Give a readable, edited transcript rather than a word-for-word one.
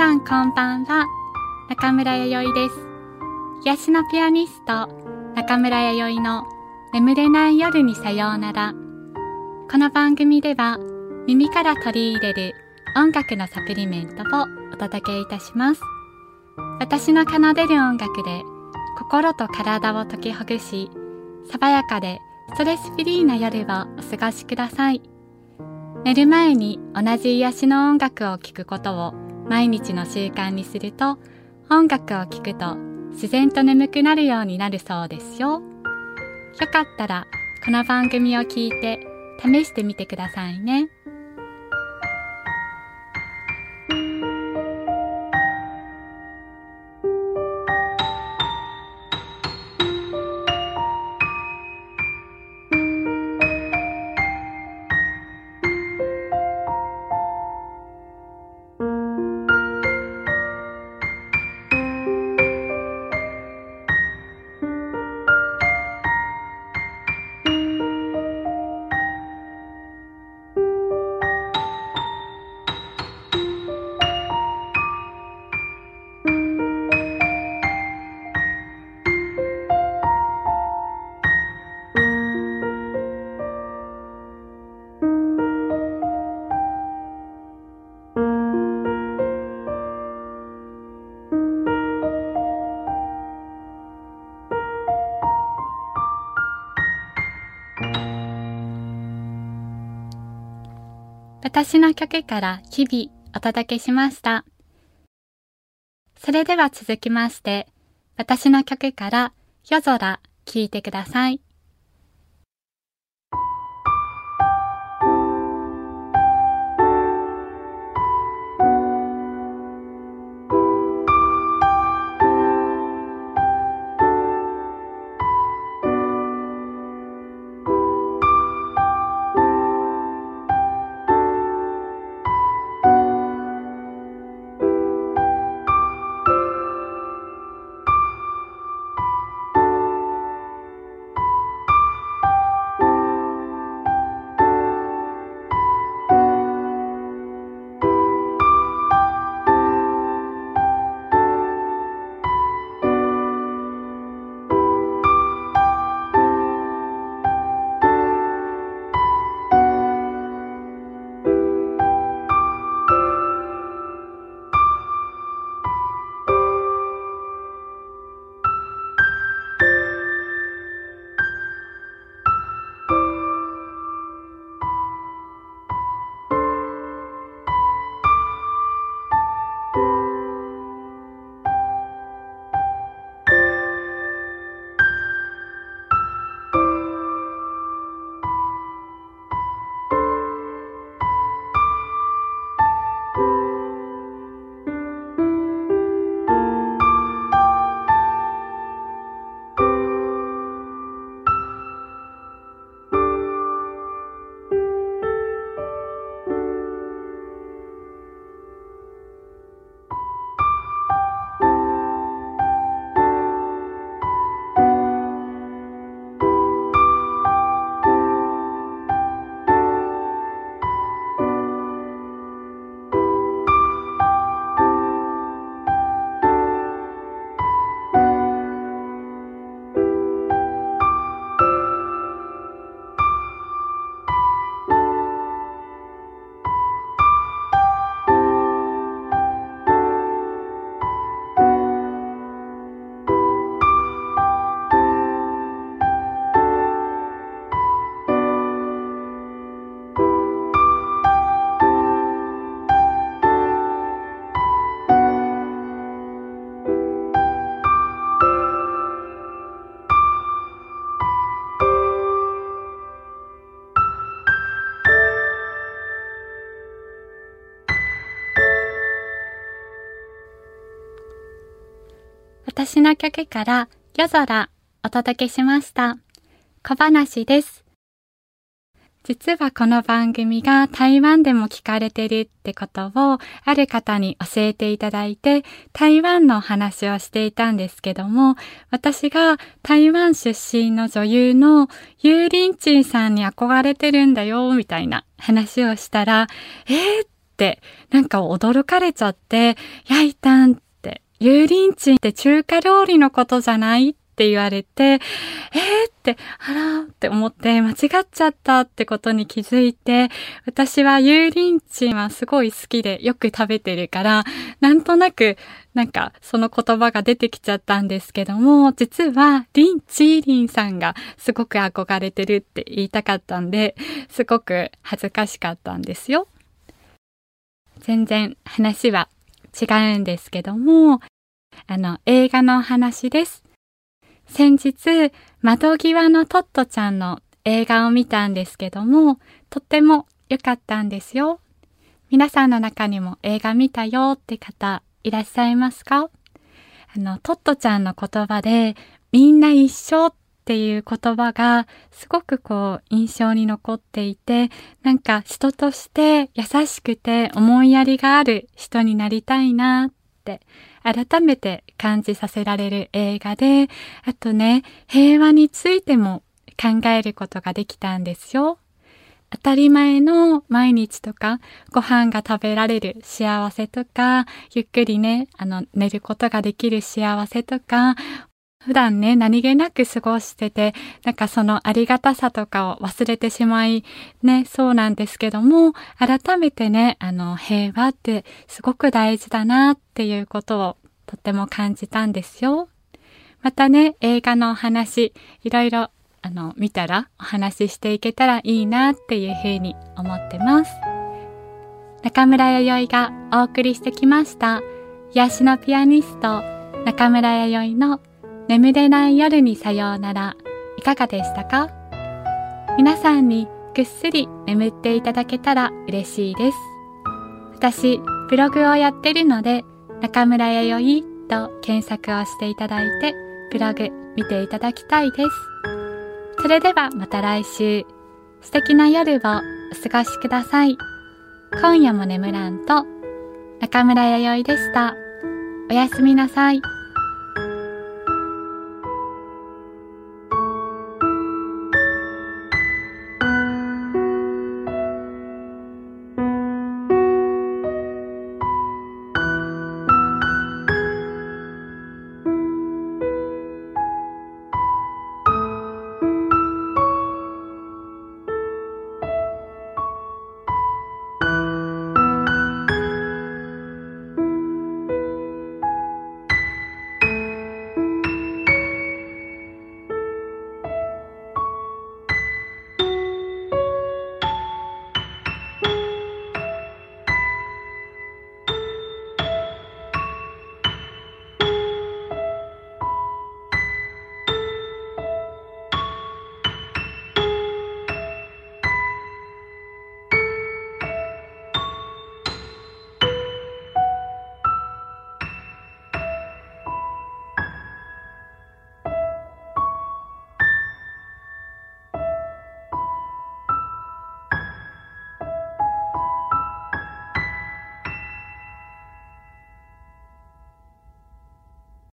さんこんばんは。中村弥生です。癒しのピアニスト、中村弥生の眠れない夜にさようなら。この番組では耳から取り入れる音楽のサプリメントをお届けいたします。私の奏でる音楽で心と体を解きほぐし、爽やかでストレスフリーな夜をお過ごしください。寝る前に同じ癒しの音楽を聴くことを毎日の習慣にすると、音楽を聴くと自然と眠くなるようになるそうですよ。よかったらこの番組を聞いて試してみてくださいね。私の曲から日々お届けしました。それでは続きまして、私の曲から夜空聴いてください。私の曲から夜空お届けしました。小話です。実はこの番組が台湾でも聞かれてるってことをある方に教えていただいて、台湾の話をしていたんですけども、私が台湾出身の女優のユーリンチンさんに憧れてるんだよみたいな話をしたら、 ってなんか驚かれちゃって、やいたんって、油淋鶏って中華料理のことじゃないって言われて、って、あらって思って間違っちゃったってことに気づいて、私は油淋鶏はすごい好きでよく食べてるから、なんとなくなんかその言葉が出てきちゃったんですけども、実はリン・チーリンさんがすごく憧れてるって言いたかったんで、すごく恥ずかしかったんですよ。全然話は違うんですけども、映画の話です。先日、窓際のトットちゃんの映画を見たんですけども、とっても良かったんですよ。皆さんの中にも映画見たよって方いらっしゃいますか？トットちゃんの言葉で、みんな一緒っていう言葉がすごく印象に残っていて、なんか人として優しくて思いやりがある人になりたいなって改めて感じさせられる映画で、あとね、平和についても考えることができたんですよ。当たり前の毎日とか、ご飯が食べられる幸せとか、ゆっくりね、寝ることができる幸せとか、普段ね、何気なく過ごしてて、なんかそのありがたさとかを忘れてしまい、ね、そうなんですけども、改めてね、平和ってすごく大事だなっていうことをとっても感じたんですよ。またね、映画のお話、いろいろ見たらお話ししていけたらいいなっていうふうに思ってます。中村弥生がお送りしてきました。癒しのピアニスト、中村弥生の眠れない夜にさようなら、いかがでしたか？皆さんにぐっすり眠っていただけたら嬉しいです。私、ブログをやってるので、中村弥生と検索をしていただいて、ブログ見ていただきたいです。それではまた来週、素敵な夜をお過ごしください。今夜も眠らんと、中村弥生でした。おやすみなさい。